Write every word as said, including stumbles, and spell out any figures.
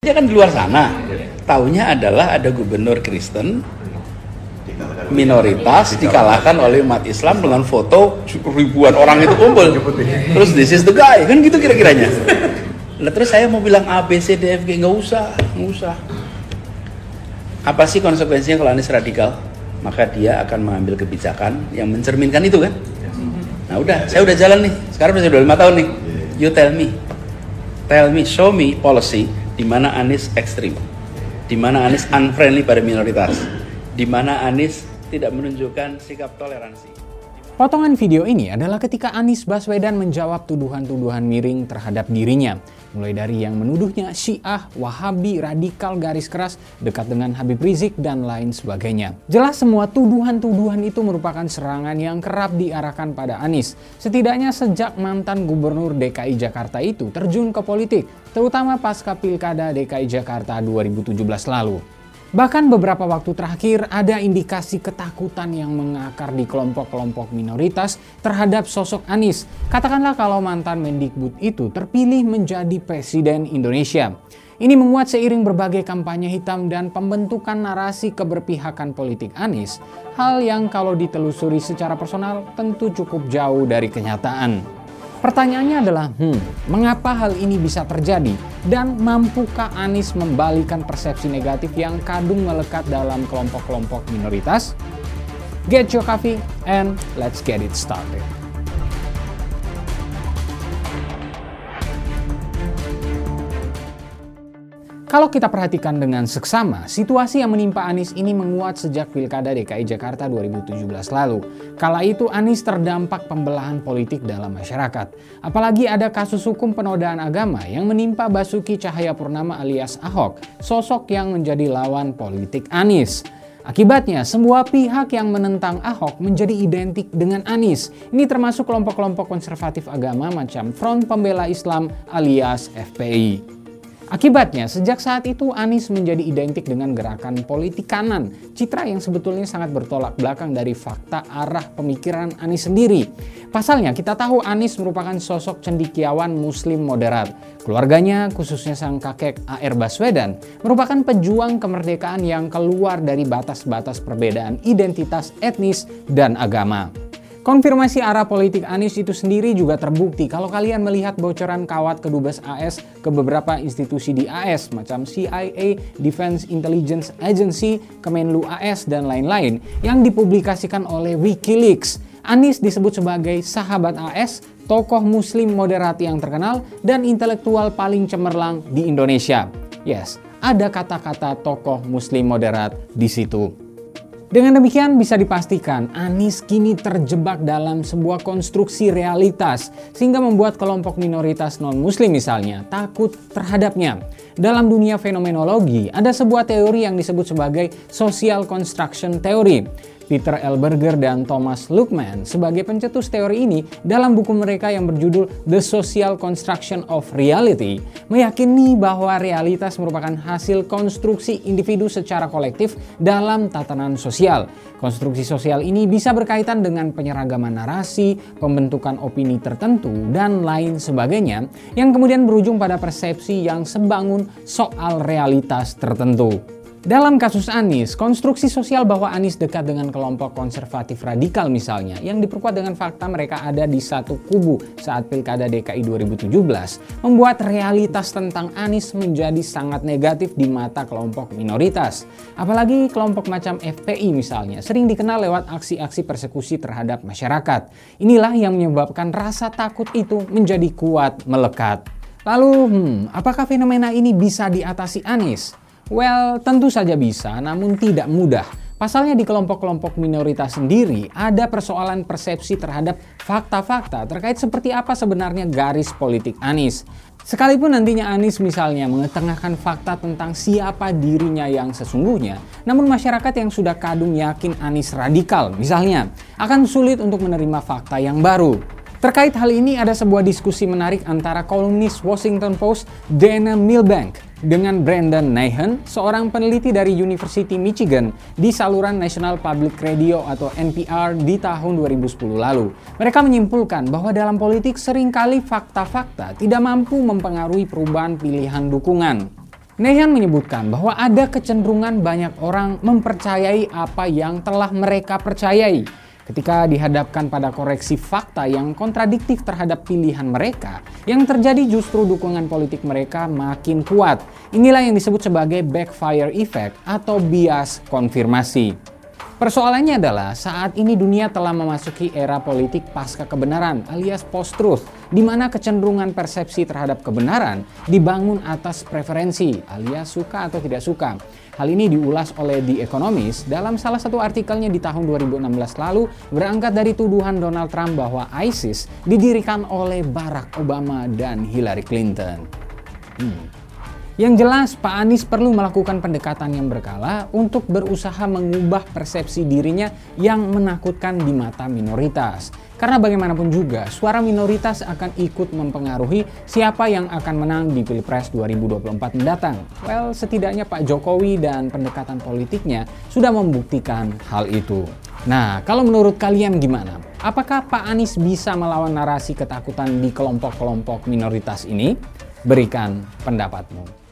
Dia kan di luar sana, taunya adalah ada gubernur Kristen minoritas dikalahkan oleh umat Islam dengan foto ribuan orang itu kumpul. Terus this is the guy, kan gitu kira-kiranya. Nah, terus saya mau bilang A, B, C, D, F, G, nggak usah, nggak usah. Apa sih konsekuensinya kalau Anies radikal? Maka dia akan mengambil kebijakan yang mencerminkan itu kan. Nah udah, saya udah jalan nih, sekarang udah lima tahun nih. You tell me, tell me, show me policy di mana Anies ekstrim, di mana Anies unfriendly pada minoritas, di mana Anies tidak menunjukkan sikap toleransi. Potongan video ini adalah ketika Anies Baswedan menjawab tuduhan-tuduhan miring terhadap dirinya. Mulai dari yang menuduhnya Syiah, Wahabi, radikal, garis keras, dekat dengan Habib Rizik, dan lain sebagainya. Jelas semua tuduhan-tuduhan itu merupakan serangan yang kerap diarahkan pada Anies. Setidaknya sejak mantan gubernur D K I Jakarta itu terjun ke politik, terutama pasca Pilkada D K I Jakarta dua ribu tujuh belas lalu. Bahkan beberapa waktu terakhir ada indikasi ketakutan yang mengakar di kelompok-kelompok minoritas terhadap sosok Anies. Katakanlah kalau mantan Mendikbud itu terpilih menjadi Presiden Indonesia. Ini menguat seiring berbagai kampanye hitam dan pembentukan narasi keberpihakan politik Anies. Hal yang kalau ditelusuri secara personal tentu cukup jauh dari kenyataan. Pertanyaannya adalah, hmm, mengapa hal ini bisa terjadi? Dan mampukah Anies membalikan persepsi negatif yang kadung melekat dalam kelompok-kelompok minoritas? Get your coffee and let's get it started. Kalau kita perhatikan dengan seksama, situasi yang menimpa Anies ini menguat sejak Pilkada D K I Jakarta dua ribu tujuh belas lalu. Kala itu Anies terdampak pembelahan politik dalam masyarakat. Apalagi ada kasus hukum penodaan agama yang menimpa Basuki Cahayapurnama alias Ahok, sosok yang menjadi lawan politik Anies. Akibatnya, semua pihak yang menentang Ahok menjadi identik dengan Anies. Ini termasuk kelompok-kelompok konservatif agama macam Front Pembela Islam alias F P I. Akibatnya, sejak saat itu Anies menjadi identik dengan gerakan politik kanan, citra yang sebetulnya sangat bertolak belakang dari fakta arah pemikiran Anies sendiri. Pasalnya, kita tahu Anies merupakan sosok cendekiawan muslim moderat. Keluarganya, khususnya sang kakek A R Baswedan, merupakan pejuang kemerdekaan yang keluar dari batas-batas perbedaan identitas etnis dan agama. Konfirmasi arah politik Anies itu sendiri juga terbukti kalau kalian melihat bocoran kawat kedubes A S ke beberapa institusi di A S macam C I A, Defense Intelligence Agency, Kemenlu A S, dan lain-lain yang dipublikasikan oleh Wikileaks. Anies disebut sebagai sahabat A S, tokoh muslim moderat yang terkenal, dan intelektual paling cemerlang di Indonesia. Yes, ada kata-kata tokoh muslim moderat di situ. Dengan demikian bisa dipastikan Anies kini terjebak dalam sebuah konstruksi realitas sehingga membuat kelompok minoritas non-muslim misalnya takut terhadapnya. Dalam dunia fenomenologi ada sebuah teori yang disebut sebagai social construction theory. Peter L. Berger dan Thomas Luckman sebagai pencetus teori ini dalam buku mereka yang berjudul The Social Construction of Reality meyakini bahwa realitas merupakan hasil konstruksi individu secara kolektif dalam tatanan sosial. Konstruksi sosial ini bisa berkaitan dengan penyeragaman narasi, pembentukan opini tertentu, dan lain sebagainya yang kemudian berujung pada persepsi yang sebangun soal realitas tertentu. Dalam kasus Anies, konstruksi sosial bahwa Anies dekat dengan kelompok konservatif radikal misalnya, yang diperkuat dengan fakta mereka ada di satu kubu saat Pilkada D K I dua ribu tujuh belas, membuat realitas tentang Anies menjadi sangat negatif di mata kelompok minoritas. Apalagi kelompok macam F P I misalnya, sering dikenal lewat aksi-aksi persekusi terhadap masyarakat. Inilah yang menyebabkan rasa takut itu menjadi kuat melekat. Lalu, hmm, apakah fenomena ini bisa diatasi Anies? Well, tentu saja bisa, namun tidak mudah. Pasalnya di kelompok-kelompok minoritas sendiri ada persoalan persepsi terhadap fakta-fakta terkait seperti apa sebenarnya garis politik Anies. Sekalipun nantinya Anies misalnya mengetengahkan fakta tentang siapa dirinya yang sesungguhnya, namun masyarakat yang sudah kadung yakin Anies radikal misalnya akan sulit untuk menerima fakta yang baru. Terkait hal ini ada sebuah diskusi menarik antara kolumnis Washington Post Dana Milbank dengan Brandon Nyhan, seorang peneliti dari University Michigan di saluran National Public Radio atau N P R di tahun dua ribu sepuluh lalu. Mereka menyimpulkan bahwa dalam politik seringkali fakta-fakta tidak mampu mempengaruhi perubahan pilihan dukungan. Nehan menyebutkan bahwa ada kecenderungan banyak orang mempercayai apa yang telah mereka percayai. Ketika dihadapkan pada koreksi fakta yang kontradiktif terhadap pilihan mereka, yang terjadi justru dukungan politik mereka makin kuat. Inilah yang disebut sebagai backfire effect atau bias konfirmasi. Persoalannya adalah saat ini dunia telah memasuki era politik pasca kebenaran alias post-truth, di mana kecenderungan persepsi terhadap kebenaran dibangun atas preferensi alias suka atau tidak suka. Hal ini diulas oleh The Economist dalam salah satu artikelnya di tahun dua ribu enam belas lalu, berangkat dari tuduhan Donald Trump bahwa ISIS didirikan oleh Barack Obama dan Hillary Clinton. Hmm. Yang jelas, Pak Anies perlu melakukan pendekatan yang berkala untuk berusaha mengubah persepsi dirinya yang menakutkan di mata minoritas. Karena bagaimanapun juga, suara minoritas akan ikut mempengaruhi siapa yang akan menang di Pilpres dua ribu dua puluh empat mendatang. Well, setidaknya Pak Jokowi dan pendekatan politiknya sudah membuktikan hal itu. Nah, kalau menurut kalian gimana? Apakah Pak Anies bisa melawan narasi ketakutan di kelompok-kelompok minoritas ini? Berikan pendapatmu.